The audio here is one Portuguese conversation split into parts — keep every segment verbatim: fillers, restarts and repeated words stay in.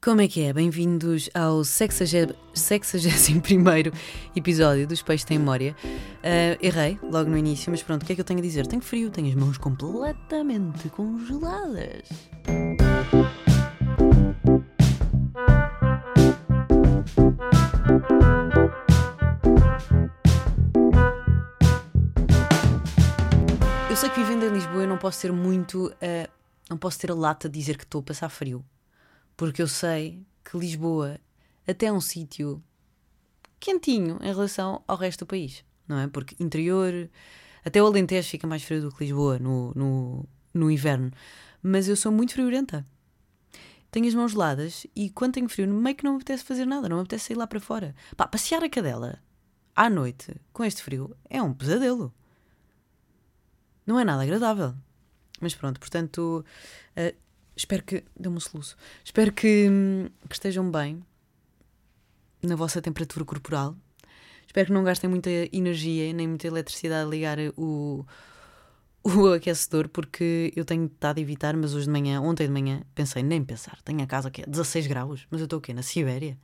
Como é que é? Bem-vindos ao sexagésimo primeiro episódio dos Peixes Têm Memória. Uh, errei logo no início, mas pronto, o que é que eu tenho a dizer? Tenho frio, tenho as mãos completamente congeladas. Eu sei que vivendo em Lisboa eu não posso ter muito, uh, não posso ter a lata de dizer que estou a passar frio. Porque eu sei que Lisboa até é um sítio quentinho em relação ao resto do país, não é? Porque interior, até o Alentejo fica mais frio do que Lisboa no, no, no inverno. Mas eu sou muito friorenta. Tenho as mãos geladas e quando tenho frio meio que não me apetece fazer nada, não me apetece sair lá para fora. Pá, passear a cadela à noite com este frio é um pesadelo. Não é nada agradável. Mas pronto, portanto... Uh, Espero que... Dê-me um soluço. Espero que, que estejam bem na vossa temperatura corporal. Espero que não gastem muita energia nem muita eletricidade a ligar o, o aquecedor, porque eu tenho estado a evitar, mas hoje de manhã, ontem de manhã, pensei, nem pensar. Tenho a casa que é dezasseis graus, mas eu estou o quê? Na Sibéria?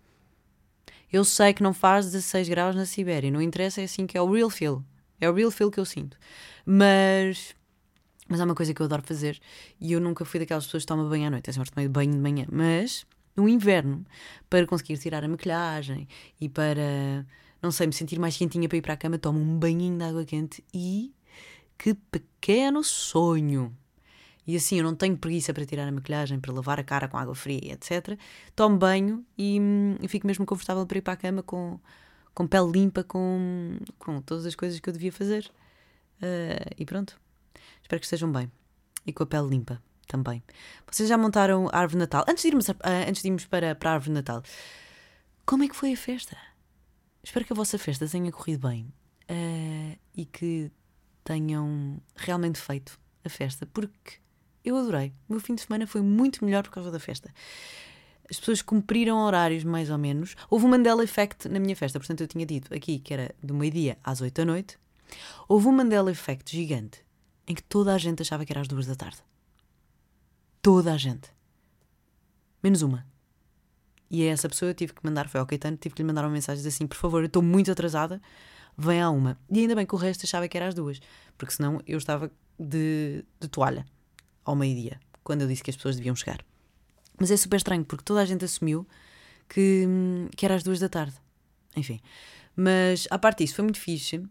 Eu sei que não faz dezasseis graus na Sibéria. Não interessa, é assim que é o real feel. É o real feel que eu sinto. Mas... Mas há uma coisa que eu adoro fazer e eu nunca fui daquelas pessoas que tomam banho à noite. Eu sempre tomei banho de manhã. Mas no inverno, para conseguir tirar a maquilhagem e para, não sei, me sentir mais quentinha para ir para a cama, tomo um banhinho de água quente e que pequeno sonho! E assim eu não tenho preguiça para tirar a maquilhagem, para lavar a cara com água fria, etcétera. Tomo banho e, e fico mesmo confortável para ir para a cama com, com pele limpa, com, com todas as coisas que eu devia fazer. Uh, e pronto. Espero que estejam bem. E com a pele limpa também. Vocês já montaram a árvore de Natal? Antes de irmos, a, uh, antes de irmos para, para a árvore de Natal, como é que foi a festa? Espero que a vossa festa tenha corrido bem. Uh, e que tenham realmente feito a festa. Porque eu adorei. O meu fim de semana foi muito melhor por causa da festa. As pessoas cumpriram horários mais ou menos. Houve um Mandela Effect na minha festa. Portanto, eu tinha dito aqui que era do meio-dia às oito da noite. Houve um Mandela Effect gigante em que toda a gente achava que era às duas da tarde. Toda a gente. Menos uma. E a essa pessoa eu tive que mandar, foi ao Caetano, tive que lhe mandar uma mensagem assim, por favor, eu estou muito atrasada, vem à uma. E ainda bem que o resto achava que era às duas, porque senão eu estava de, de toalha ao meio-dia, quando eu disse que as pessoas deviam chegar. Mas é super estranho, porque toda a gente assumiu que, que era às duas da tarde. Enfim. Mas, à parte disso, foi muito fixe.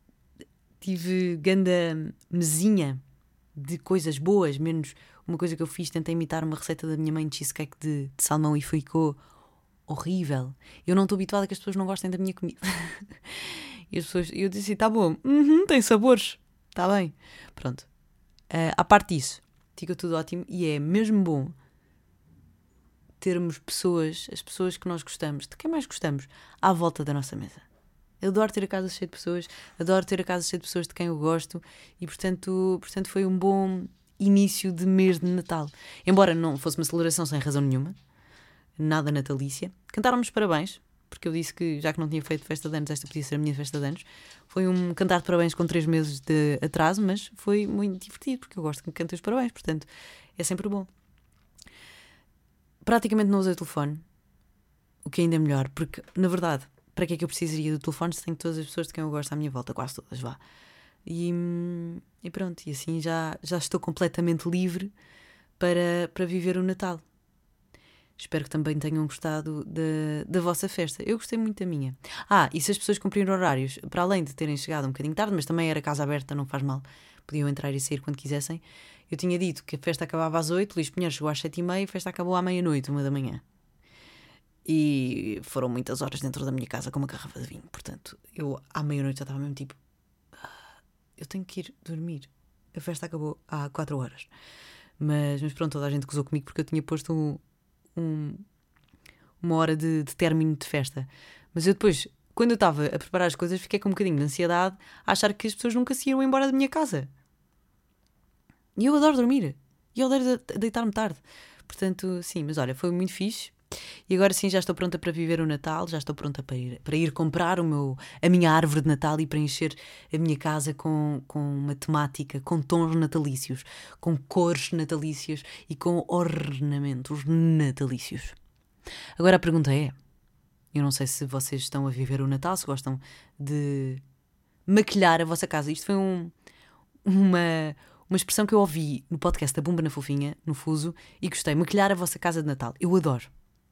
Tive ganda mesinha de coisas boas, menos uma coisa que eu fiz, tentei imitar uma receita da minha mãe de cheesecake de, de salmão e ficou horrível. Eu não estou habituada a que as pessoas não gostem da minha comida. E as pessoas, eu disse, tá bom, uhum, tem sabores, tá bem. Pronto. Uh, à parte disso, fica tudo ótimo e é mesmo bom termos pessoas, as pessoas que nós gostamos, de quem mais gostamos, à volta da nossa mesa. Eu adoro ter a casa cheia de pessoas, adoro ter a casa cheia de pessoas de quem eu gosto e, portanto, portanto foi um bom início de mês de Natal. Embora não fosse uma celebração sem razão nenhuma, nada natalícia. Cantaram-nos parabéns, porque eu disse que, já que não tinha feito festa de anos, esta podia ser a minha festa de anos. Foi um cantar de parabéns com três meses de atraso, mas foi muito divertido, porque eu gosto que me cantem os parabéns, portanto, é sempre bom. Praticamente não usei o telefone, o que ainda é melhor, porque, na verdade... Para que é que eu precisaria do telefone se tenho todas as pessoas de quem eu gosto à minha volta? Quase todas, vá. E, e pronto, e assim já, já estou completamente livre para, para viver o Natal. Espero que também tenham gostado da, da vossa festa. Eu gostei muito da minha. Ah, e se as pessoas cumpriram horários, para além de terem chegado um bocadinho tarde, mas também era casa aberta, não faz mal, podiam entrar e sair quando quisessem. Eu tinha dito que a festa acabava às oito, Luís Pinheiro chegou às sete e meia, a festa acabou à meia-noite, uma da manhã. E foram muitas horas dentro da minha casa com uma garrafa de vinho. Portanto, eu à meia-noite já estava mesmo tipo... Ah, eu tenho que ir dormir. A festa acabou há quatro horas. Mas, mas pronto, toda a gente gozou comigo porque eu tinha posto um, um, uma hora de, de término de festa. Mas eu depois, quando eu estava a preparar as coisas, fiquei com um bocadinho de ansiedade a achar que as pessoas nunca se iam embora da minha casa. E eu adoro dormir. E eu adoro deitar-me tarde. Portanto, sim, mas olha, foi muito fixe. E agora sim já estou pronta para viver o Natal, já estou pronta para ir, para ir comprar o meu, a minha árvore de Natal e para encher a minha casa com, com uma temática, com tons natalícios, com cores natalícias e com ornamentos natalícios. Agora a pergunta é, eu não sei se vocês estão a viver o Natal, se gostam de maquilhar a vossa casa. Isto foi um, uma, uma expressão que eu ouvi no podcast da Bumba na Fofinha, no Fuso, e gostei. Maquilhar a vossa casa de Natal. Eu adoro.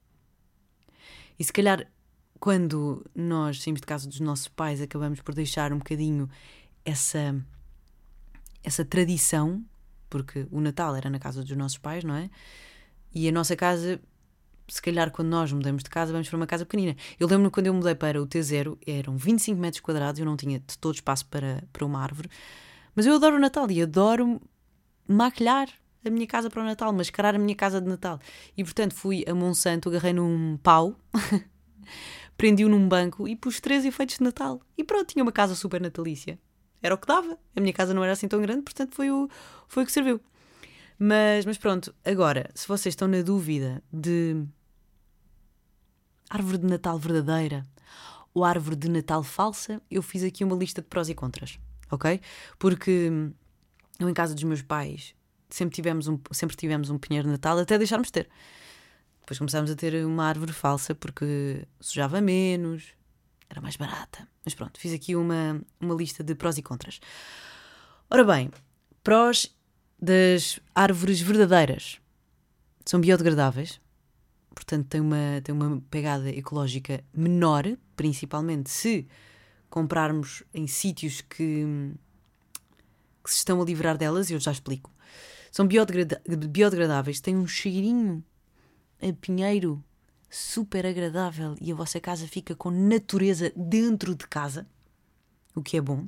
E se calhar, quando nós saímos de casa dos nossos pais, acabamos por deixar um bocadinho essa, essa tradição, porque o Natal era na casa dos nossos pais, não é? E a nossa casa, se calhar quando nós mudamos de casa, vamos para uma casa pequenina. Eu lembro-me quando eu mudei para o T zero, eram vinte e cinco metros quadrados, eu não tinha de todo espaço para, para uma árvore, mas eu adoro o Natal e adoro maquilhar a minha casa para o Natal, mascarar a minha casa de Natal. E portanto fui a Monsanto, agarrei num pau, prendi-o num banco e pus três efeitos de Natal. E pronto, tinha uma casa super natalícia. Era o que dava. A minha casa não era assim tão grande, portanto foi o, foi o que serviu. Mas, mas pronto, agora, se vocês estão na dúvida de árvore de Natal verdadeira ou árvore de Natal falsa, eu fiz aqui uma lista de prós e contras, ok? Porque eu em casa dos meus pais sempre tivemos um, sempre tivemos um pinheiro de Natal até deixarmos de ter. Depois começámos a ter uma árvore falsa porque sujava menos, era mais barata. Mas pronto, fiz aqui uma, uma lista de prós e contras. Ora bem, prós das árvores verdadeiras. São biodegradáveis, portanto têm uma, têm uma pegada ecológica menor, principalmente se comprarmos em sítios que, que se estão a livrar delas, e eu já explico. São biodegrada- biodegradáveis, têm um cheirinho a pinheiro super agradável e a vossa casa fica com natureza dentro de casa, o que é bom.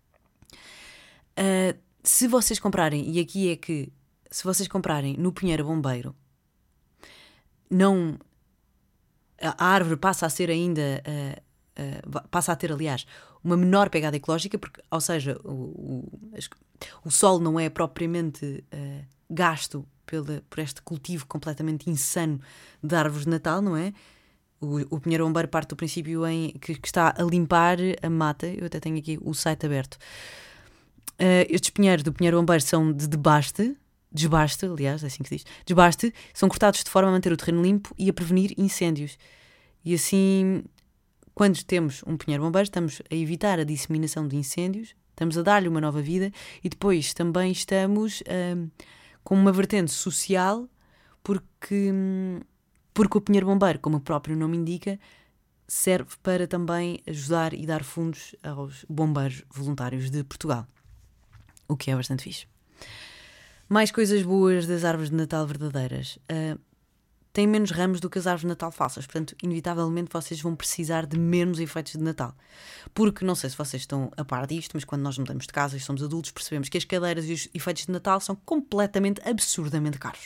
Uh, se vocês comprarem, e aqui é que, se vocês comprarem no Pinheiro Bombeiro, não, a árvore passa a ser ainda, uh, uh, passa a ter, aliás, uma menor pegada ecológica, porque, ou seja, o, o, o solo não é propriamente uh, gasto pela, por este cultivo completamente insano de árvores de Natal, não é? O, o Pinheiro Bombeiro parte do princípio em, que, que está a limpar a mata. Eu até tenho aqui o site aberto. Uh, estes pinheiros do Pinheiro Bombeiro são de debaste, desbaste, aliás, é assim que se diz, desbaste, são cortados de forma a manter o terreno limpo e a prevenir incêndios. E assim, quando temos um Pinheiro Bombeiro, estamos a evitar a disseminação de incêndios, estamos a dar-lhe uma nova vida e depois também estamos uh, com uma vertente social, porque, porque o Pinheiro Bombeiro, como o próprio nome indica, serve para também ajudar e dar fundos aos bombeiros voluntários de Portugal. O que é bastante fixe. Mais coisas boas das árvores de Natal verdadeiras. Uh, têm menos ramos do que as árvores de Natal falsas. Portanto, inevitavelmente vocês vão precisar de menos efeitos de Natal. Porque, não sei se vocês estão a par disto, mas quando nós mudamos de casa e somos adultos, percebemos que as cadeiras e os efeitos de Natal são completamente, absurdamente caros.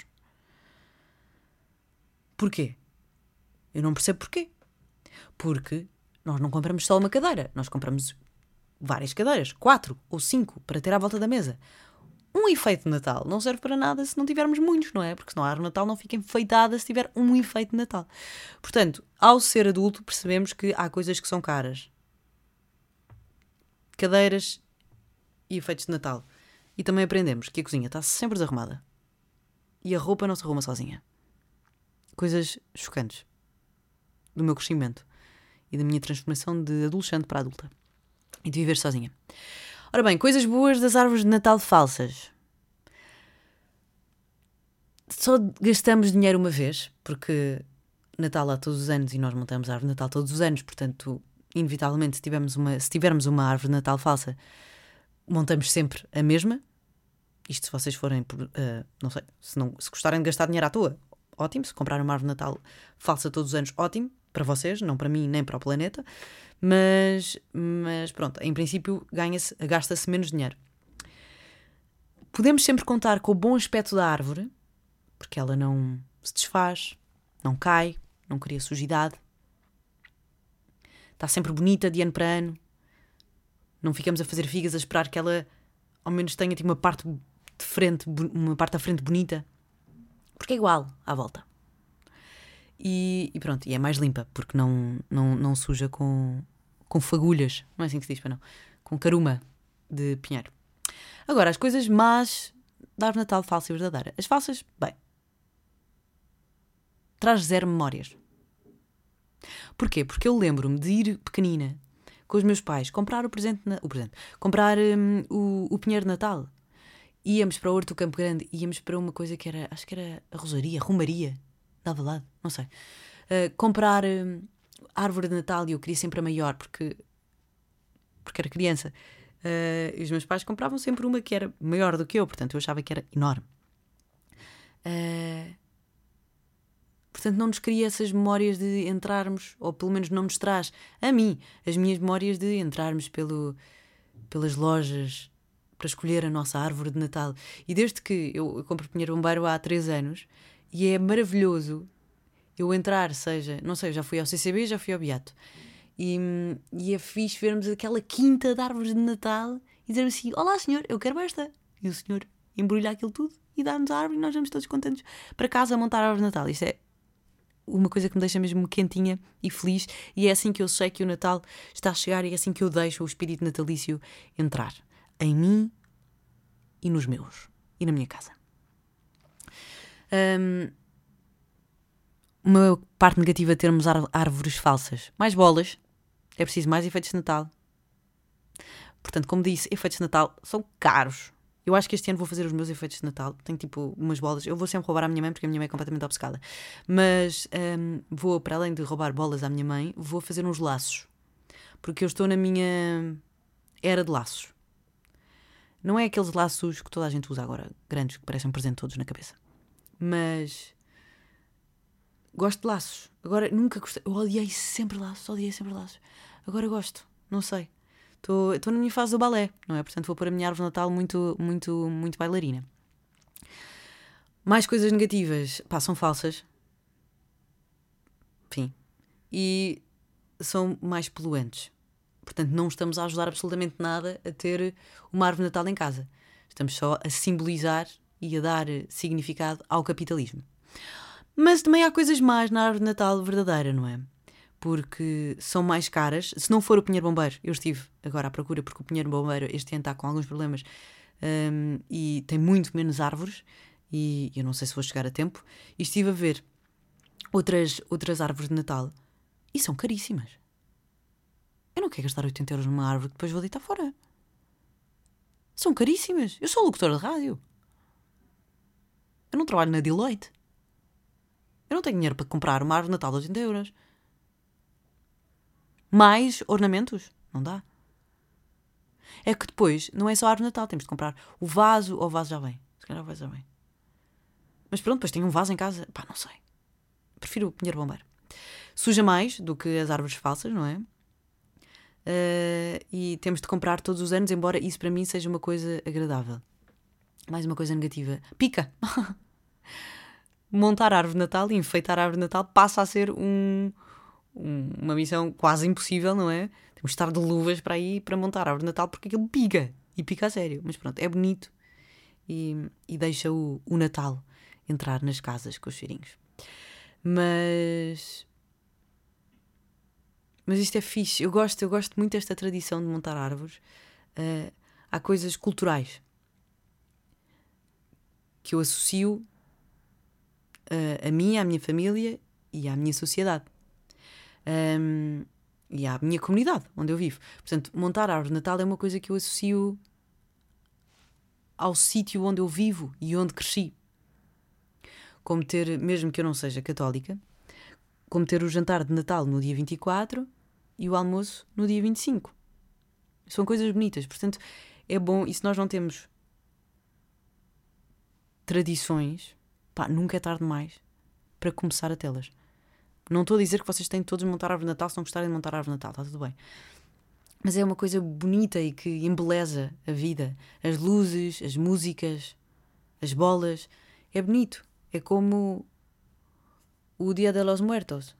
Porquê? Eu não percebo porquê. Porque nós não compramos só uma cadeira. Nós compramos várias cadeiras, quatro ou cinco, para ter à volta da mesa. Um efeito de Natal não serve para nada se não tivermos muitos, não é? Porque senão a árvore de Natal não fica enfeitada se tiver um efeito de Natal. Portanto, ao ser adulto, percebemos que há coisas que são caras. Cadeiras e efeitos de Natal. E também aprendemos que a cozinha está sempre desarrumada. E a roupa não se arruma sozinha. Coisas chocantes do meu crescimento e da minha transformação de adolescente para adulta. E de viver sozinha. Ora bem, coisas boas das árvores de Natal falsas. Só gastamos dinheiro uma vez, porque Natal há todos os anos e nós montamos a árvore de Natal todos os anos, portanto, inevitavelmente, se tivermos uma, se tivermos uma árvore de Natal falsa, montamos sempre a mesma. Isto se vocês forem, uh, não sei, se, não, se gostarem de gastar dinheiro à toa, ótimo. Se comprarem uma árvore de Natal falsa todos os anos, ótimo. Para vocês, não para mim, nem para o planeta. Mas, mas pronto, em princípio ganha-se, gasta-se menos dinheiro. Podemos sempre contar com o bom aspecto da árvore, porque ela não se desfaz, não cai, não cria sujidade. Está sempre bonita de ano para ano. Não ficamos a fazer figas a esperar que ela ao menos tenha tipo, uma parte de frente, uma parte da frente bonita. Porque é igual à volta. E, e pronto, e é mais limpa, porque não, não, não suja com, com fagulhas, não é assim que se diz, para não, com caruma de pinheiro. Agora, as coisas más da árvore de Natal falsa e verdadeira. As falsas, bem, traz zero memórias. Porquê? Porque eu lembro-me de ir pequenina com os meus pais comprar o presente, na, o presente comprar hum, o, o pinheiro de Natal. Íamos para o Horto do Campo Grande, íamos para uma coisa que era, acho que era a Rosaria, a Romaria, de Alvalade, não sei. Uh, comprar hum, árvore de Natal, e eu queria sempre a maior, porque, porque era criança. Uh, e os meus pais compravam sempre uma que era maior do que eu, portanto eu achava que era enorme. Uh, portanto não nos cria essas memórias de entrarmos, ou pelo menos não nos traz a mim as minhas memórias de entrarmos pelo, pelas lojas para escolher a nossa árvore de Natal. E desde que eu, eu compro Pinheiro Bombeiro há três anos, e é maravilhoso eu entrar, seja, não sei, já fui ao C C B, já fui ao Beato, e, e é fixe vermos aquela quinta de árvores de Natal e dizer assim: olá senhor, eu quero esta. E o senhor embrulha aquilo tudo e dá-nos a árvore, e nós vamos todos contentes para casa a montar a árvore de Natal. Isto é uma coisa que me deixa mesmo quentinha e feliz, e é assim que eu sei que o Natal está a chegar, e é assim que eu deixo o espírito natalício entrar em mim e nos meus e na minha casa. Um, uma parte negativa de termos árvores falsas: mais bolas, é preciso mais efeitos de Natal. Portanto, como disse, efeitos de Natal são caros. Eu acho que este ano vou fazer os meus efeitos de Natal. Tenho tipo umas bolas. Eu vou sempre roubar à minha mãe, porque a minha mãe é completamente obcecada. Mas um, vou, para além de roubar bolas à minha mãe, vou fazer uns laços. Porque eu estou na minha era de laços. Não é aqueles laços que toda a gente usa agora, grandes, que parecem um presente todos na cabeça. Mas gosto de laços. Agora, nunca gostei. Eu odiei sempre laços, odiei sempre laços. Agora gosto, não sei. Estou na minha fase do balé, não é? Portanto, vou pôr a minha árvore de Natal muito, muito, muito bailarina. Mais coisas negativas. Pá, são falsas. Enfim. E são mais poluentes. Portanto, não estamos a ajudar absolutamente nada a ter uma árvore de Natal em casa. Estamos só a simbolizar e a dar significado ao capitalismo. Mas também há coisas más na árvore de Natal verdadeira, não é? Porque são mais caras. Se não for o Pinheiro Bombeiro, eu estive agora à procura, porque o Pinheiro Bombeiro este ano está com alguns problemas, um, e tem muito menos árvores, e eu não sei se vou chegar a tempo, e estive a ver outras, outras árvores de Natal, e são caríssimas. Eu não quero gastar oitenta euros numa árvore que depois vou deitar fora. São caríssimas. Eu sou locutora de rádio. Eu não trabalho na Deloitte. Eu não tenho dinheiro para comprar uma árvore de Natal de oitenta euros. Mais ornamentos? Não dá. É que depois não é só a árvore de Natal. Temos de comprar o vaso, ou o vaso já vem. Se calhar o vaso já vem. Mas pronto, depois tenho um vaso em casa. Pá, não sei. Prefiro o Pinheiro Bombeiro. Suja mais do que as árvores falsas, não é? Uh, e temos de comprar todos os anos, embora isso para mim seja uma coisa agradável. Mais uma coisa negativa: pica. Montar a árvore de Natal e enfeitar a árvore de Natal passa a ser um, um, uma missão quase impossível, não é? Temos de estar de luvas para aí para montar a árvore de Natal, porque aquilo pica, e pica a sério. Mas pronto, é bonito, e, e deixa o, o Natal entrar nas casas com os cheirinhos. Mas Mas isto é fixe. Eu gosto, eu gosto muito desta tradição de montar árvores. Uh, há coisas culturais que eu associo uh, a mim, à minha família e à minha sociedade. Um, e à minha comunidade, onde eu vivo. Portanto, montar a árvore de Natal é uma coisa que eu associo ao sítio onde eu vivo e onde cresci. Como ter, mesmo que eu não seja católica, como ter o jantar de Natal no dia vinte e quatro e o almoço no dia vinte e cinco. São coisas bonitas. Portanto, é bom. E se nós não temos tradições, pá, nunca é tarde demais para começar a tê-las. Não estou a dizer que vocês têm de todos montar a árvore de Natal se não gostarem de montar a árvore de Natal. Está tudo bem. Mas é uma coisa bonita e que embeleza a vida. As luzes, as músicas, as bolas. É bonito. É como o Dia de los Muertos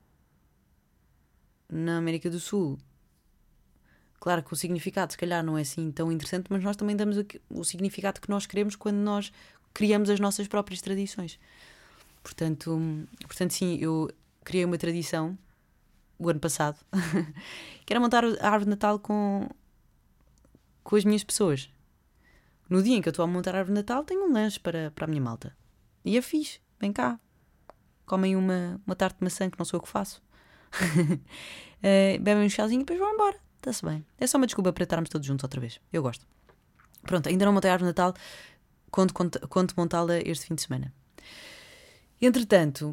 na América do Sul. Claro que o significado se calhar não é assim tão interessante, mas nós também damos o, o significado que nós queremos quando nós criamos as nossas próprias tradições. Portanto, portanto sim, eu criei uma tradição o ano passado que era montar a árvore de Natal com, com as minhas pessoas. No dia em que eu estou a montar a árvore de Natal, tenho um lanche para, para a minha malta. E é fixe, vem cá. Comem uma, uma tarte de maçã, que não sou eu que faço. uh, bebem um chazinho e depois vão embora. Está-se bem. É só uma desculpa para estarmos todos juntos outra vez. Eu gosto. Pronto, ainda não montei a árvore de Natal. Conto, conto, conto montá-la este fim de semana. Entretanto,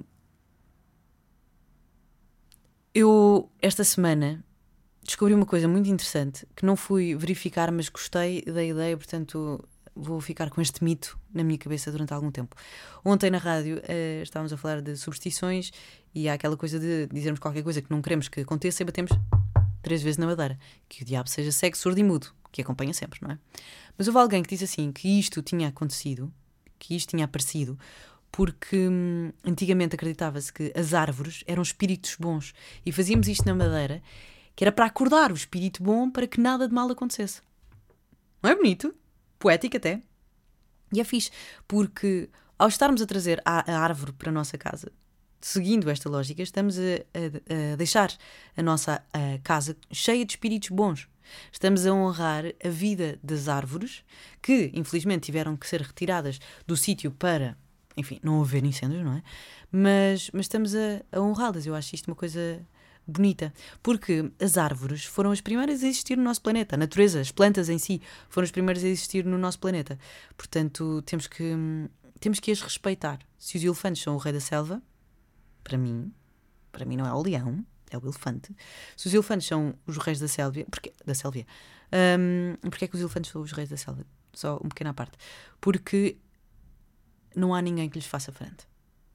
eu esta semana descobri uma coisa muito interessante que não fui verificar, mas gostei da ideia, portanto vou ficar com este mito na minha cabeça durante algum tempo. Ontem na rádio uh, estávamos a falar de superstições e há aquela coisa de dizermos qualquer coisa que não queremos que aconteça e batemos três vezes na madeira. Que o diabo seja cego, surdo e mudo, que acompanha sempre, não é? Mas houve alguém que disse assim que isto tinha acontecido, que isto tinha aparecido, porque hum, antigamente acreditava-se que as árvores eram espíritos bons e fazíamos isto na madeira, que era para acordar o espírito bom para que nada de mal acontecesse. Não é bonito? Poético até. E é fixe, porque ao estarmos a trazer a, a árvore para a nossa casa, seguindo esta lógica, estamos a, a, a deixar a nossa a casa cheia de espíritos bons. Estamos a honrar a vida das árvores, que infelizmente tiveram que ser retiradas do sítio para, enfim, não haver incêndios, não é? Mas, mas estamos a, a honrá-las. Eu acho isto uma coisa bonita, porque as árvores foram as primeiras a existir no nosso planeta. A natureza, as plantas em si, foram as primeiras a existir no nosso planeta. Portanto, temos que, temos que as respeitar. Se os elefantes são o rei da selva, para mim, para mim não é o leão, é o elefante. Se os elefantes são os reis da selva, porque, da selva, um, porque é que os elefantes são os reis da selva? Só uma pequena parte. Porque não há ninguém que lhes faça frente,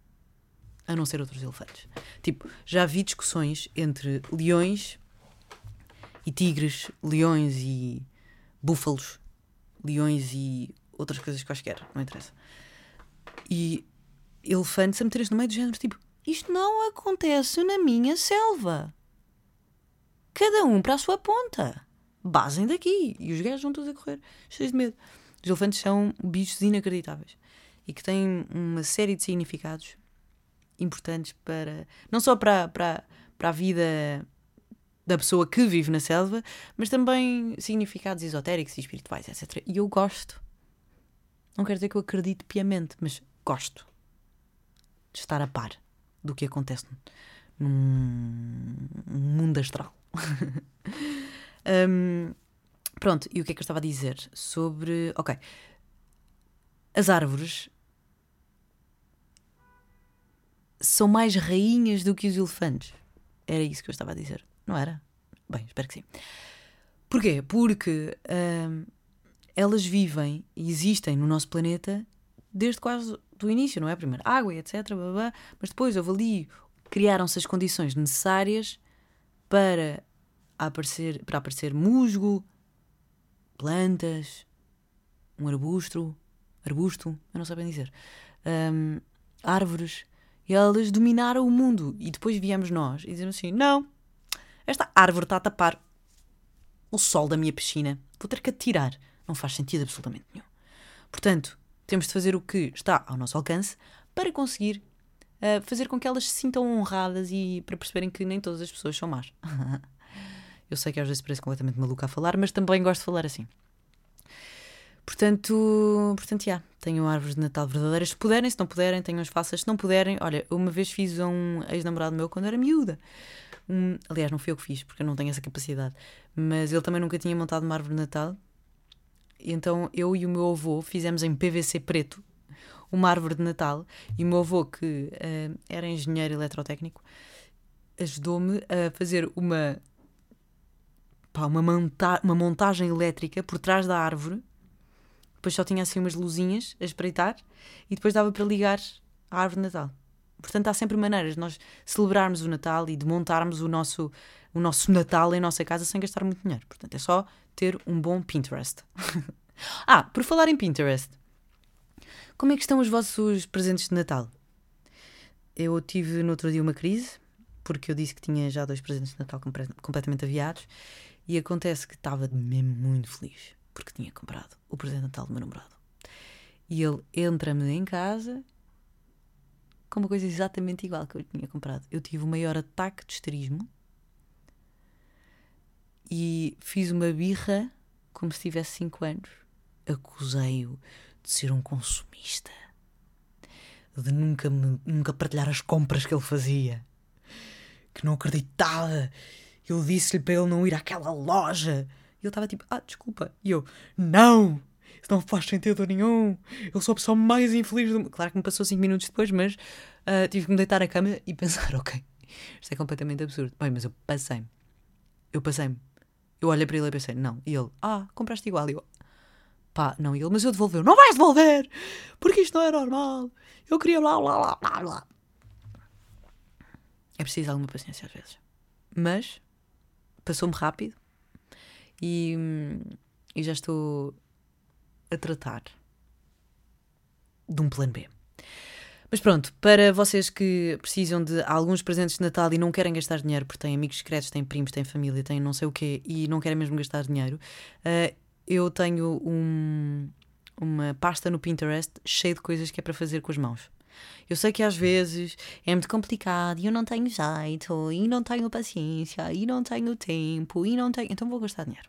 a não ser outros elefantes. Tipo, já vi discussões entre leões e tigres, leões e búfalos, leões e outras coisas quaisquer, não interessa. E elefantes a meterem-se no meio do género, tipo, isto não acontece na minha selva. Cada um para a sua ponta. Basem daqui. E os gajos vão todos a correr, cheios de medo. Os elefantes são bichos inacreditáveis e que têm uma série de significados importantes para, não só para, para, para a vida da pessoa que vive na selva, mas também significados esotéricos e espirituais, etcétera. E eu gosto. Não quero dizer que eu acredito piamente, mas gosto de estar a par do que acontece num mundo astral. um, pronto, e o que é que eu estava a dizer? Sobre... Ok. As árvores são mais rainhas do que os elefantes. Era isso que eu estava a dizer. Não era? Bem, espero que sim. Porquê? Porque hum, elas vivem e existem no nosso planeta desde quase do início, não é? Primeiro água e etcétera. Blá, blá, mas depois houve ali, criaram-se as condições necessárias para aparecer, para aparecer musgo, plantas, um arbusto, arbusto, eu não sei bem dizer, hum, árvores. E elas dominaram o mundo. E depois viemos nós e dizemos assim, não, esta árvore está a tapar o sol da minha piscina. Vou ter que a tirar. Não faz sentido absolutamente nenhum. Portanto, temos de fazer o que está ao nosso alcance para conseguir uh, fazer com que elas se sintam honradas e para perceberem que nem todas as pessoas são más. Eu sei que às vezes parece completamente maluca a falar, mas também gosto de falar assim. Portanto, portanto, já, tenham árvores de Natal verdadeiras. Se puderem, se não puderem, tenham as falsas. Se não puderem, olha, uma vez fiz a um ex-namorado meu quando era miúda. Um, aliás, não fui eu que fiz, porque eu não tenho essa capacidade. Mas ele também nunca tinha montado uma árvore de Natal. E então eu e o meu avô fizemos em P V C preto uma árvore de Natal. E o meu avô, que uh, era engenheiro eletrotécnico, ajudou-me a fazer uma, pá, uma, monta- uma montagem elétrica por trás da árvore. Depois só tinha assim umas luzinhas a espreitar e depois dava para ligar a árvore de Natal. Portanto, há sempre maneiras de nós celebrarmos o Natal e de montarmos o nosso, o nosso Natal em nossa casa sem gastar muito dinheiro. Portanto, é só ter um bom Pinterest. Ah, por falar em Pinterest, como é que estão os vossos presentes de Natal? Eu tive no outro dia uma crise, porque eu disse que tinha já dois presentes de Natal completamente aviados e acontece que estava mesmo muito feliz porque tinha comprado o presente de Natal do meu namorado. E ele entra-me em casa com uma coisa exatamente igual que eu tinha comprado. Eu tive o maior ataque de histerismo e fiz uma birra como se tivesse cinco anos. Acusei-o de ser um consumista, de nunca, me, nunca partilhar as compras que ele fazia, que não acreditava. Eu disse-lhe para ele não ir àquela loja. E ele estava tipo, ah, desculpa. E eu, não, isso não faz sentido nenhum. Eu sou a pessoa mais infeliz do mundo. Claro que me passou cinco minutos depois, mas uh, tive que me deitar à cama e pensar, ok, isto é completamente absurdo. Bem, mas eu passei-me. Eu passei-me. Eu olhei para ele e pensei, não. E ele, ah, compraste igual. E eu, pá, não. E ele, mas eu devolveu. Não vais devolver, porque isto não é normal. Eu queria blá, blá, blá, blá, blá. É preciso alguma paciência às vezes. Mas passou-me rápido e, e já estou a tratar de um plano B. Mas pronto, para vocês que precisam de alguns presentes de Natal e não querem gastar dinheiro, porque têm amigos secretos, têm primos, têm família, têm não sei o quê, e não querem mesmo gastar dinheiro, uh, eu tenho um, uma pasta no Pinterest cheia de coisas que é para fazer com as mãos. Eu sei que às vezes é muito complicado e eu não tenho jeito, e não tenho paciência, e não tenho tempo, e não tenho... Então vou gastar dinheiro.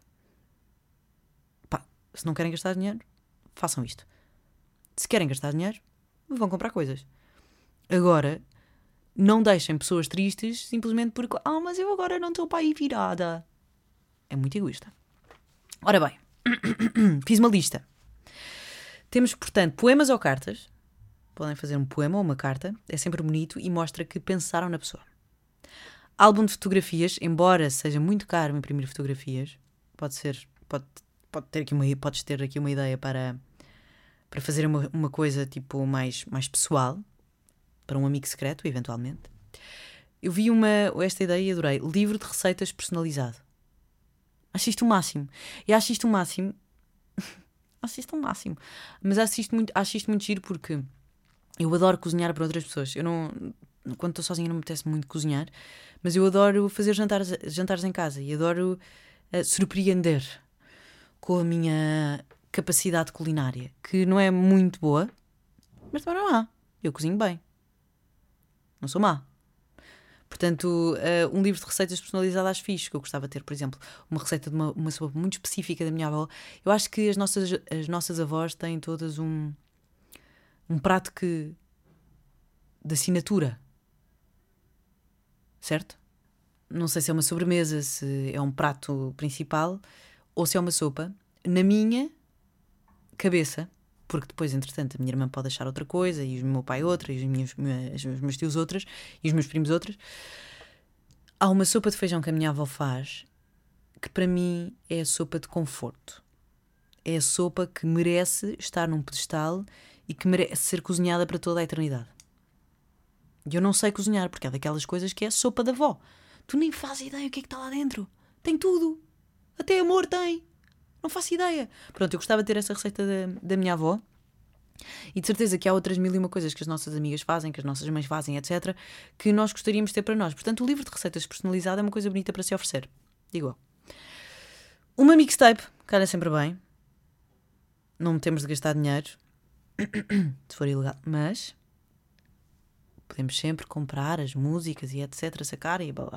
Pá, se não querem gastar dinheiro, façam isto. Se querem gastar dinheiro, vão comprar coisas. Agora, não deixem pessoas tristes simplesmente porque ah, mas eu agora não estou para aí virada. É muito egoísta. Ora bem, fiz uma lista. Temos, portanto, poemas ou cartas. Podem fazer um poema ou uma carta. É sempre bonito e mostra que pensaram na pessoa. Álbum de fotografias, embora seja muito caro imprimir fotografias, pode ser, pode, pode ter aqui uma, podes ter aqui uma ideia para... para fazer uma, uma coisa tipo mais, mais pessoal, para um amigo secreto, eventualmente. Eu vi uma, esta ideia e adorei. Livro de receitas personalizado. Acho isto o máximo. E acho isto o máximo. acho isto o máximo. Mas acho isto, muito, acho isto muito giro porque eu adoro cozinhar para outras pessoas. Eu não... Quando estou sozinha não me apetece muito cozinhar, mas eu adoro fazer jantares, jantares em casa e adoro uh, surpreender com a minha... capacidade culinária, que não é muito boa, mas também não é má. Eu cozinho bem. Não sou má. Portanto, uh, um livro de receitas personalizado acho fixe, que eu gostava de ter, por exemplo, uma receita de uma, uma sopa muito específica da minha avó. Eu acho que as nossas, as nossas avós têm todas um, um prato que de assinatura. Certo? Não sei se é uma sobremesa, se é um prato principal ou se é uma sopa. Na minha cabeça, porque depois, entretanto, a minha irmã pode achar outra coisa, e o meu pai outra, e os meus, os meus tios outras, e os meus primos outras. Há uma sopa de feijão que a minha avó faz, que para mim é a sopa de conforto. É a sopa que merece estar num pedestal e que merece ser cozinhada para toda a eternidade. E eu não sei cozinhar, porque é daquelas coisas que é a sopa da avó. Tu nem fazes ideia o que é que está lá dentro. Tem tudo. Até amor tem. Não faço ideia. Pronto, eu gostava de ter essa receita da, da minha avó. E de certeza que há outras mil e uma coisas que as nossas amigas fazem, que as nossas mães fazem, etcétera, que nós gostaríamos de ter para nós. Portanto, o livro de receitas personalizado é uma coisa bonita para se oferecer. Digo eu. Uma mixtape, calha sempre bem. Não temos de gastar dinheiro. Se for ilegal. Mas podemos sempre comprar as músicas e etcétera, sacar e blá blá.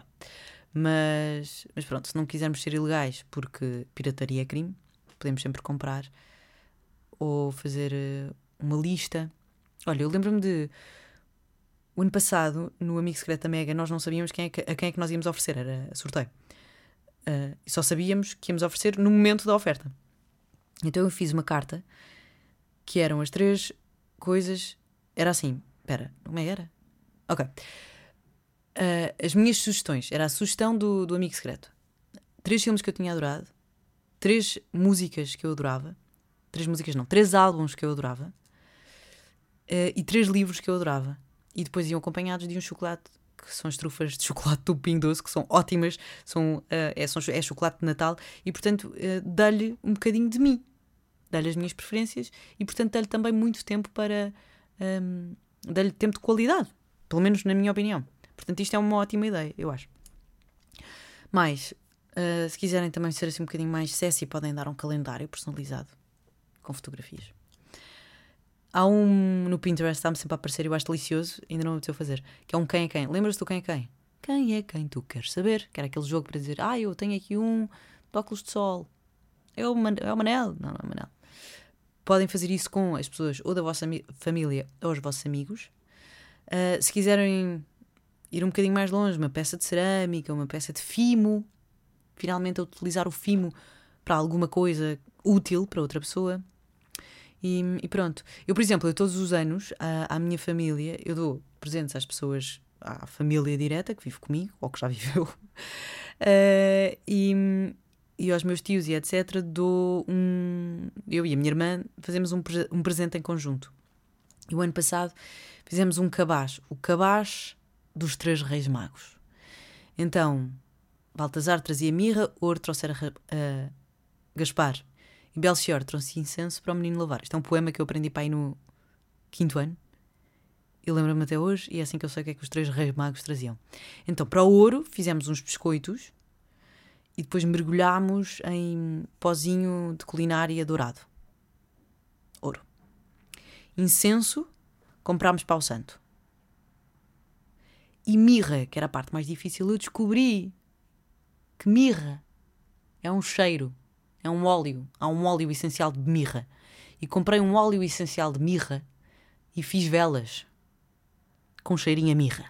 Mas, mas pronto, se não quisermos ser ilegais porque pirataria é crime, podemos sempre comprar ou fazer uma lista. Olha, eu lembro-me de o ano passado, no Amigo Secreto da Mega, nós não sabíamos quem é que, a quem é que nós íamos oferecer, era sorteio. Uh, e só sabíamos que íamos oferecer no momento da oferta. Então eu fiz uma carta que eram as três coisas. Era assim, espera, como é que era? Ok. Uh, as minhas sugestões. Era a sugestão do, do Amigo Secreto. Três filmes que eu tinha adorado. Três músicas que eu adorava. Três músicas não. Três álbuns que eu adorava. Uh, e três livros que eu adorava. E depois iam acompanhados de um chocolate, que são as trufas de chocolate do Pingo Doce, que são ótimas. São, uh, é, são, é chocolate de Natal. E, portanto, uh, dá-lhe um bocadinho de mim. Dá-lhe as minhas preferências. E, portanto, dá-lhe também muito tempo para... Um, dá-lhe tempo de qualidade. Pelo menos na minha opinião. Portanto, isto é uma ótima ideia, eu acho. Mas, uh, se quiserem também ser assim um bocadinho mais sexy, podem dar um calendário personalizado com fotografias. Há um no Pinterest, está-me sempre a aparecer, eu acho delicioso, ainda não o fazer, que é um quem é quem. Lembras-te do quem é quem? Quem é quem tu queres saber? Que era aquele jogo para dizer, ah, eu tenho aqui um de óculos de sol. É o, Man- é o Manel? Não, não é o Manel. Podem fazer isso com as pessoas ou da vossa ami- família ou os vossos amigos. Uh, se quiserem ir um bocadinho mais longe, uma peça de cerâmica, uma peça de fimo, finalmente a utilizar o fimo para alguma coisa útil para outra pessoa. E, e pronto. Eu, por exemplo, eu todos os anos, à, à minha família, eu dou presentes às pessoas, à família direta que vive comigo, ou que já viveu, uh, e, e aos meus tios e etcétera, dou um... Eu e a minha irmã fazemos um, um presente em conjunto. E o ano passado fizemos um cabaz. O cabaz dos Três Reis Magos. Então, Baltazar trazia mirra, Ouro trouxera uh, Gaspar e Belchior trouxe incenso para o menino levar. Isto é um poema que eu aprendi para aí no quinto ano. Eu lembro-me até hoje e é assim que eu sei o que é que os Três Reis Magos traziam. Então, para o Ouro, fizemos uns biscoitos e depois mergulhámos em pozinho de culinária dourado. Ouro. Incenso, comprámos para o santo. E mirra, que era a parte mais difícil, eu descobri que mirra é um cheiro, é um óleo. Há um óleo essencial de mirra. E comprei um óleo essencial de mirra e fiz velas com cheirinho a mirra.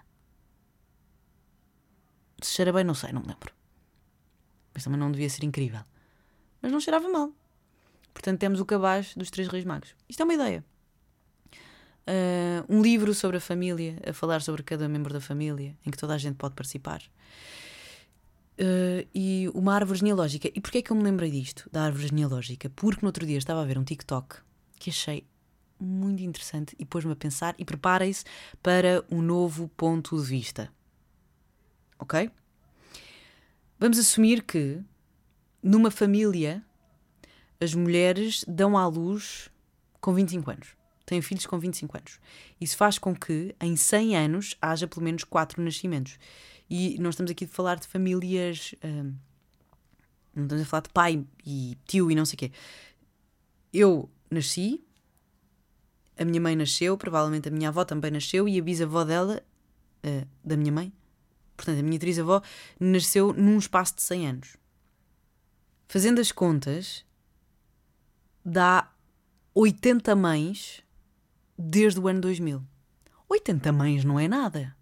Se cheira bem, não sei, não me lembro. Mas também não devia ser incrível. Mas não cheirava mal. Portanto, temos o cabaz dos Três Reis Magos. Isto é uma ideia. Uh, um livro sobre a família, a falar sobre cada membro da família, em que toda a gente pode participar. Uh, e uma árvore genealógica. E porquê é que eu me lembrei disto, da árvore genealógica? Porque no outro dia estava a ver um TikTok que achei muito interessante e pôs-me a pensar, e preparem-se para um novo ponto de vista. Ok? Vamos assumir que numa família as mulheres dão à luz com vinte e cinco anos. Têm filhos com vinte e cinco anos. Isso faz com que em cem anos haja pelo menos quatro nascimentos. E nós estamos aqui a falar de famílias... Hum, não estamos a falar de pai e tio e não sei o quê. Eu nasci, a minha mãe nasceu, provavelmente a minha avó também nasceu e a bisavó dela, uh, da minha mãe, portanto a minha trisavó, nasceu num espaço de cem anos. Fazendo as contas, dá oitenta mães desde o ano dois mil. oitenta mães não é nada.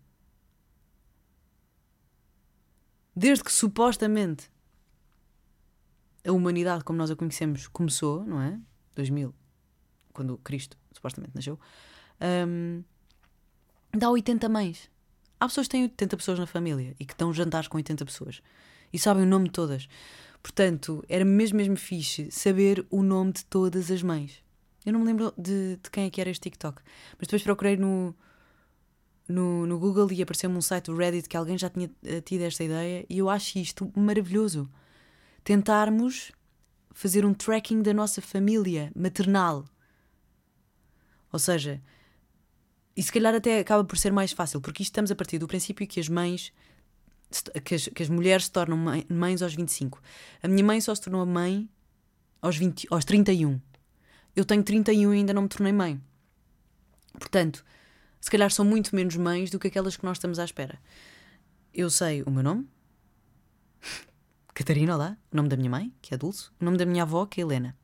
Desde que supostamente a humanidade como nós a conhecemos começou, não é? dois mil, quando Cristo supostamente nasceu, um, dá oitenta mães. Há pessoas que têm oitenta pessoas na família e que dão jantares com oitenta pessoas e sabem o nome de todas. Portanto, era mesmo, mesmo fixe saber o nome de todas as mães. Eu não me lembro de, de quem é que era este TikTok, mas depois procurei no, no, no Google e apareceu-me um site do Reddit que alguém já tinha tido esta ideia e eu acho isto maravilhoso. Tentarmos fazer um tracking da nossa família maternal. Ou seja, e se calhar até acaba por ser mais fácil, porque isto estamos a partir do princípio que as mães, que as, que as mulheres se tornam mães aos vinte e cinco. A minha mãe só se tornou mãe aos, vinte, aos trinta e um. Eu tenho trinta e um e ainda não me tornei mãe. Portanto, se calhar são muito menos mães do que aquelas que nós estamos à espera. Eu sei o meu nome, Catarina, lá, o nome da minha mãe, que é Dulce, o nome da minha avó, que é Helena.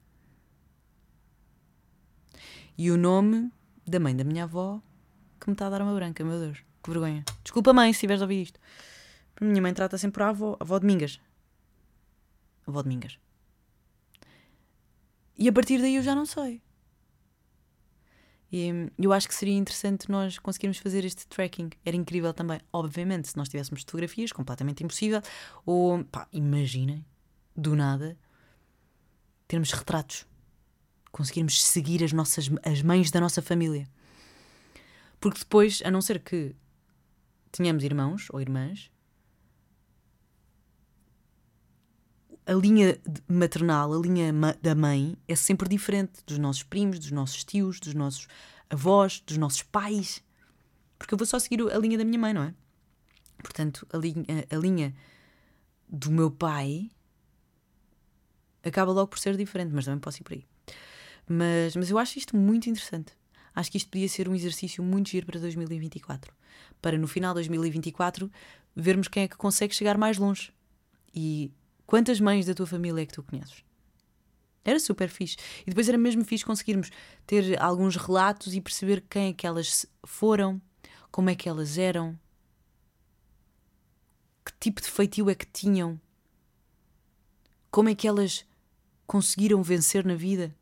E o nome da mãe da minha avó, que me está a dar uma branca, meu Deus, que vergonha. Desculpa, mãe, se estiveres a ouvir isto. A minha mãe trata sempre por a avó, a avó Domingas. A avó Domingas. E a partir daí eu já não sei. E eu acho que seria interessante nós conseguirmos fazer este tracking. Era incrível também, obviamente, se nós tivéssemos fotografias, completamente impossível. Ou, pá, imaginem, do nada, termos retratos. Conseguirmos seguir as, nossas, as mães da nossa família. Porque depois, a não ser que tenhamos irmãos ou irmãs, a linha maternal, a linha da mãe é sempre diferente dos nossos primos, dos nossos tios, dos nossos avós, dos nossos pais. Porque eu vou só seguir a linha da minha mãe, não é? Portanto, a linha, a linha do meu pai acaba logo por ser diferente, mas também posso ir por aí. Mas, mas eu acho isto muito interessante. Acho que isto podia ser um exercício muito giro para dois mil e vinte e quatro. Para no final de dois mil e vinte e quatro vermos quem é que consegue chegar mais longe. E quantas mães da tua família é que tu conheces? Era super fixe. E depois era mesmo fixe conseguirmos ter alguns relatos e perceber quem é que elas foram, como é que elas eram. tipo de feitio é que tinham? Como é que elas conseguiram vencer na vida?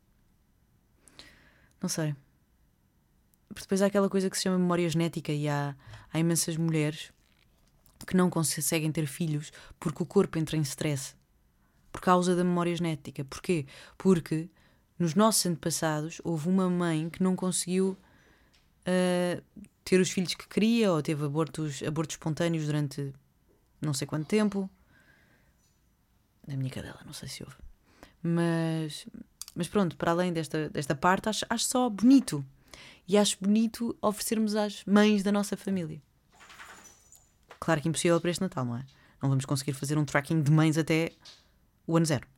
Não sei. Porque depois há aquela coisa que se chama memória genética e há, há imensas mulheres que não conseguem ter filhos porque o corpo entra em stress por causa da memória genética. Porquê? Porque nos nossos antepassados houve uma mãe que não conseguiu uh, ter os filhos que queria, ou teve abortos, abortos espontâneos durante não sei quanto tempo. Na minha cadela, não sei se houve. Mas, mas pronto, para além desta, desta parte, acho, acho só bonito. E acho bonito oferecermos às mães da nossa família. Claro que impossível para este Natal, não é? Não vamos conseguir fazer um tracking de mães até o ano zero.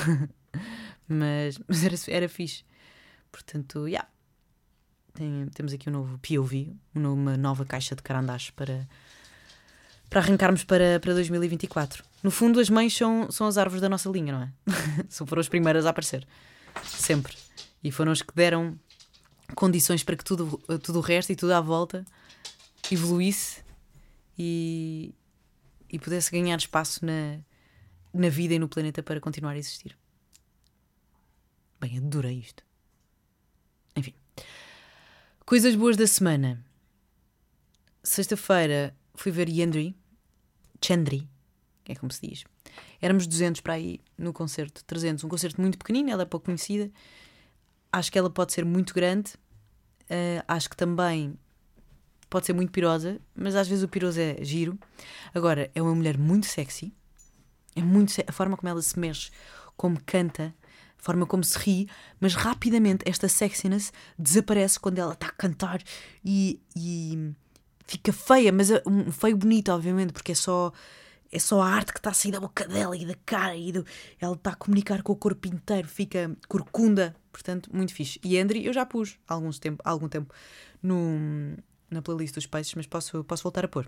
mas mas era, era fixe. Portanto, já. Yeah. Tem, temos aqui um novo P O V, uma nova caixa de carandache para, para arrancarmos para, para dois mil e vinte e quatro. No fundo, as mães são, são as árvores da nossa linha, não é? Foram as primeiras a aparecer. Sempre. E foram as que deram condições para que tudo, tudo o resto e tudo à volta evoluísse e, e pudesse ganhar espaço na, na vida e no planeta para continuar a existir. Bem, adorei isto. Enfim. Coisas boas da semana. Sexta-feira fui ver Yandri, Chandri, é como se diz. Éramos duzentos para aí no concerto, trezentos. Um concerto muito pequenino, ela é pouco conhecida. Acho que ela pode ser muito grande. Uh, acho que também pode ser muito pirosa, mas às vezes o piroso é giro. Agora, é uma mulher muito sexy. É muito se- a forma como ela se mexe, como canta, a forma como se ri, mas rapidamente esta sexiness desaparece quando ela está a cantar e, e fica feia, mas é um feio bonito, obviamente, porque é só, é só a arte que está a sair da boca dela e da cara, e do, ela está a comunicar com o corpo inteiro, fica corcunda, portanto, muito fixe. E Andri eu já pus há alguns tempo, há algum tempo no, na playlist dos Peixes, mas posso, posso voltar a pôr.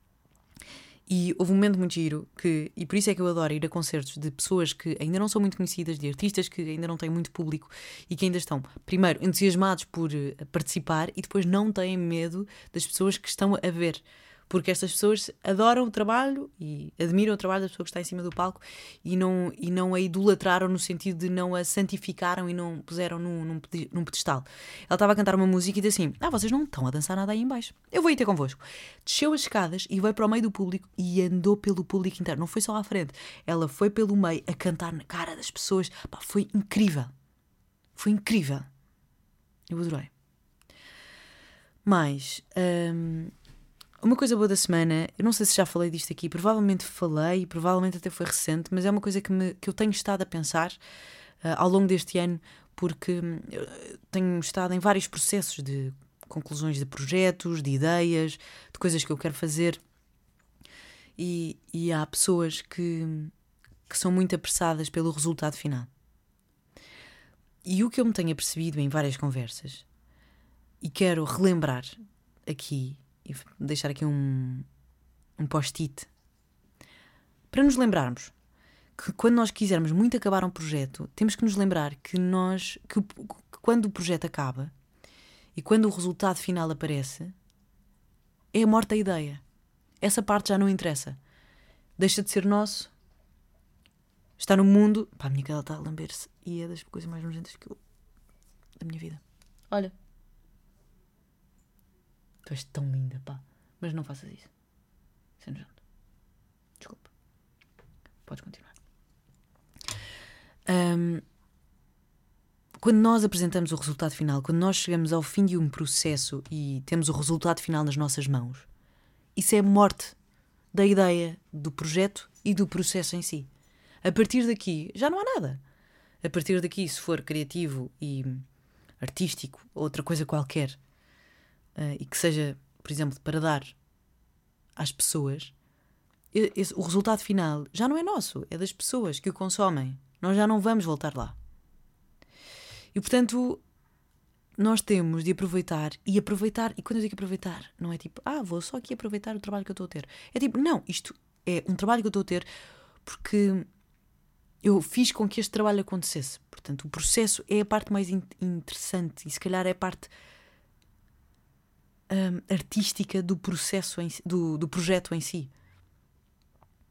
E houve um momento muito giro, que, e por isso é que eu adoro ir a concertos de pessoas que ainda não são muito conhecidas, de artistas que ainda não têm muito público e que ainda estão, primeiro, entusiasmados por uh, participar e depois não têm medo das pessoas que estão a ver. Porque estas pessoas adoram o trabalho e admiram o trabalho da pessoa que está em cima do palco e não, e não a idolatraram no sentido de não a santificaram e não puseram num, num, num pedestal. Ela estava a cantar uma música e disse assim: ah, vocês não estão a dançar nada aí em baixo. Eu vou ir ter convosco. Desceu as escadas e veio para o meio do público e andou pelo público inteiro. Não foi só à frente. Ela foi pelo meio a cantar na cara das pessoas. Pá, foi incrível. Foi incrível. Eu adorei. Mas... Hum, uma coisa boa da semana, eu não sei se já falei disto aqui, provavelmente falei, provavelmente até foi recente, mas é uma coisa que, me, que eu tenho estado a pensar uh, ao longo deste ano, porque uh, tenho estado em vários processos de conclusões de projetos, de ideias, de coisas que eu quero fazer, e, e há pessoas que, que são muito apressadas pelo resultado final. E o que eu me tenho apercebido em várias conversas, e quero relembrar aqui, e deixar aqui um, um post-it para nos lembrarmos que quando nós quisermos muito acabar um projeto, temos que nos lembrar que nós que, que quando o projeto acaba e quando o resultado final aparece, é a morte da ideia. Essa parte já não interessa, deixa de ser nosso, está no mundo. Pá, a minha cara está a lamber-se e é das coisas mais nojentas que eu da minha vida. Olha, tu és tão linda, pá. Mas não faças isso. Sem nojento. Desculpa. Podes continuar. Um, quando nós apresentamos o resultado final, quando nós chegamos ao fim de um processo e temos o resultado final nas nossas mãos, isso é a morte da ideia, do projeto e do processo em si. A partir daqui, já não há nada. A partir daqui, se for criativo e artístico, outra coisa qualquer, Uh, e que seja, por exemplo, para dar às pessoas, esse, o resultado final já não é nosso, é das pessoas que o consomem. Nós já não vamos voltar lá. E, portanto, nós temos de aproveitar e aproveitar, e quando eu digo aproveitar, não é tipo, ah, vou só aqui aproveitar o trabalho que eu estou a ter. É tipo, não, isto é um trabalho que eu estou a ter porque eu fiz com que este trabalho acontecesse. Portanto, o processo é a parte mais in- interessante e se calhar é a parte Um, artística do processo em si, do, do projeto em si.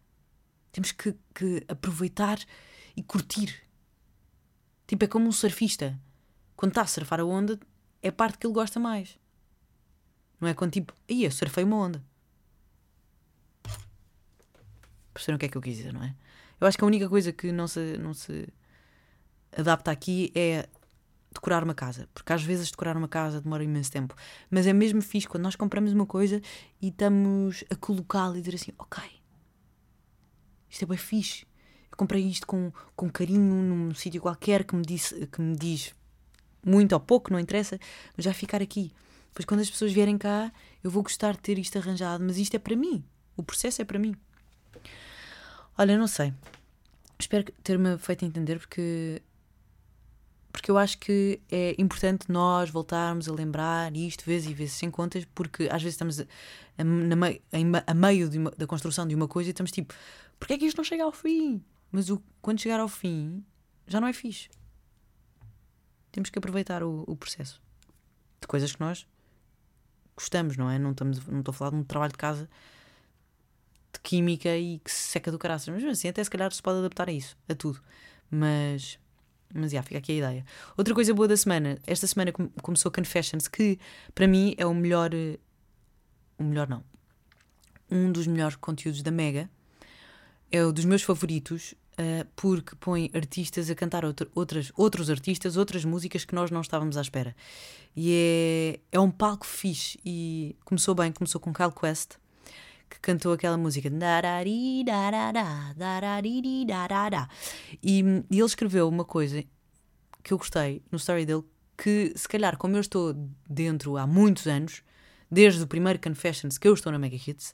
Temos que, que aproveitar e curtir. Tipo, é como um surfista. Quando está a surfar a onda, é a parte que ele gosta mais. Não é quando tipo, aí eu surfei uma onda. Perceberam o que é que eu quis dizer, não é? Eu acho que a única coisa que não se, não se adapta aqui é decorar uma casa. Porque às vezes decorar uma casa demora imenso tempo. Mas é mesmo fixe quando nós compramos uma coisa e estamos a colocá-la e dizer assim, ok, isto é bem fixe. Eu comprei isto com, com carinho num sítio qualquer que me, disse, que me diz muito ou pouco, não interessa, mas vai ficar aqui. Depois quando as pessoas vierem cá, eu vou gostar de ter isto arranjado, mas isto é para mim. O processo é para mim. Olha, não sei. Espero ter-me feito entender porque, porque eu acho que é importante nós voltarmos a lembrar isto vezes e vezes sem contas, porque às vezes estamos a, a, na mei, a, a meio de uma, da construção de uma coisa e estamos tipo, porque é que isto não chega ao fim? Mas o, quando chegar ao fim, já não é fixe. Temos que aproveitar o, o processo de coisas que nós gostamos, não é? Não, estamos, não estou a falar de um trabalho de casa de química e que se seca do caraças, mas assim, até se calhar se pode adaptar a isso, a tudo. Mas, mas já, fica aqui a ideia. Outra coisa boa da semana, esta semana começou Confessions, que para mim é o melhor, o melhor não, um dos melhores conteúdos da Mega, é um dos meus favoritos, uh, porque põe artistas a cantar outro, outras, outros artistas, outras músicas que nós não estávamos à espera. E é, é um palco fixe e começou bem, começou com Kyle Quest, que cantou aquela música e, e ele escreveu uma coisa que eu gostei no story dele, que se calhar como eu estou dentro há muitos anos, desde o primeiro Confessions que eu estou na Mega Hits,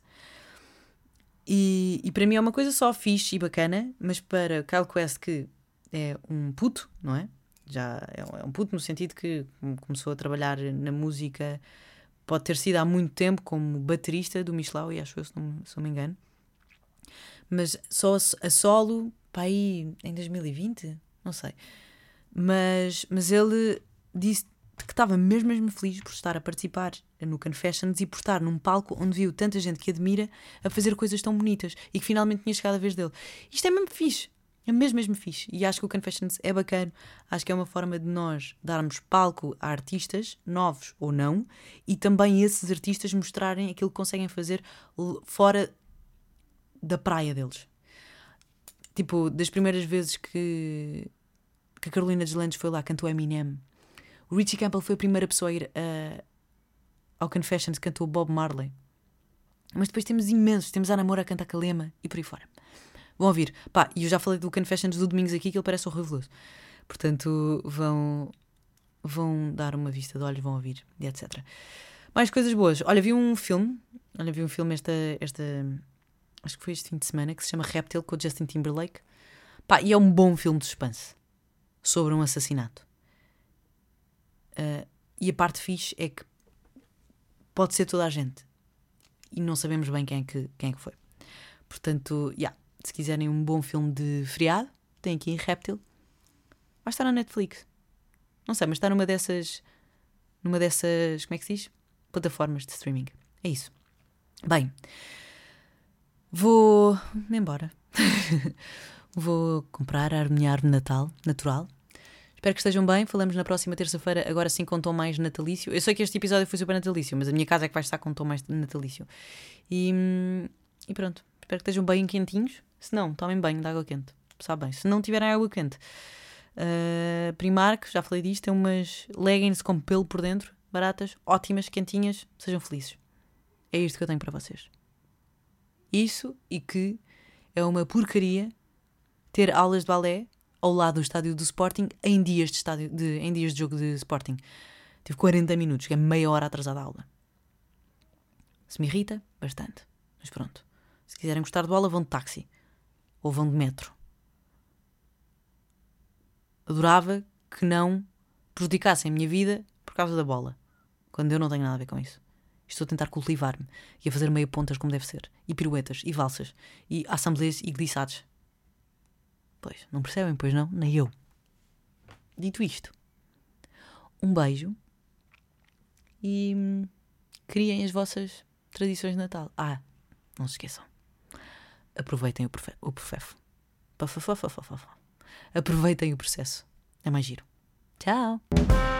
e, e para mim é uma coisa só fixe e bacana, mas para Kyle Quest, que é um puto, não é? Já é um puto no sentido que começou a trabalhar na música, pode ter sido há muito tempo como baterista do Michelau, e acho eu, se não, se não me engano, mas só a solo para aí em dois mil e vinte, não sei, mas, mas ele disse que estava mesmo, mesmo feliz por estar a participar no Confessions e por estar num palco onde viu tanta gente que admira a fazer coisas tão bonitas e que finalmente tinha chegado a vez dele. Isto é mesmo fixe. É mesmo, mesmo fixe. E acho que o Confessions é bacana. Acho que é uma forma de nós darmos palco a artistas, novos ou não, e também esses artistas mostrarem aquilo que conseguem fazer fora da praia deles. Tipo, das primeiras vezes que, que a Carolina Deslandes foi lá, cantou Eminem. O Richie Campbell foi a primeira pessoa a ir uh, ao Confessions, cantou Bob Marley. Mas depois temos imensos. Temos a Ana Moura a cantar Calema e por aí fora. Vão ouvir. Pá, e eu já falei do Confessions do Domingos aqui, que ele parece horroroso. Portanto, vão, vão dar uma vista de olhos, vão ouvir, e etcétera. Mais coisas boas. Olha, vi um filme. Olha, vi um filme esta, esta... Acho que foi este fim de semana, que se chama Reptile, com o Justin Timberlake. Pá, e é um bom filme de suspense. Sobre um assassinato. Uh, e a parte fixe é que pode ser toda a gente. E não sabemos bem quem é que, quem é que foi. Portanto, já. Yeah. Se quiserem um bom filme de feriado, tem aqui Reptile. Vai estar na Netflix. Não sei, mas está numa dessas... Numa dessas... Como é que se diz? Plataformas de streaming. É isso. Bem. Vou-me embora. Vou comprar a minha árvore de Natal natural. Espero que estejam bem. Falamos na próxima terça-feira, agora sim com um tom mais natalício. Eu sei que este episódio foi super natalício, mas a minha casa é que vai estar com um tom mais natalício. E, e pronto. Espero que estejam bem quentinhos. Se não, tomem banho de água quente. Sabe bem. Se não tiverem água quente. Uh, Primark, já falei disto, tem umas leggings com pelo por dentro. Baratas, ótimas, quentinhas. Sejam felizes. É isto que eu tenho para vocês. Isso e que é uma porcaria ter aulas de balé ao lado do estádio do Sporting em dias de, estádio de, em dias de jogo de Sporting. Tive quarenta minutos, que é meia hora atrasada a aula. Se me irrita, bastante. Mas pronto. Se quiserem gostar de bola, vão de táxi. Ou vão de metro. Adorava que não prejudicassem a minha vida por causa da bola. Quando eu não tenho nada a ver com isso. Estou a tentar cultivar-me e a fazer meia pontas como deve ser. E piruetas, e valsas, e assembleias e glissades. Pois, não percebem, pois não? Nem eu. Dito isto, um beijo e hum, criem as vossas tradições de Natal. Ah, não se esqueçam. aproveitem o, profe- o processo. Aproveitem o processo. É mais giro. Tchau!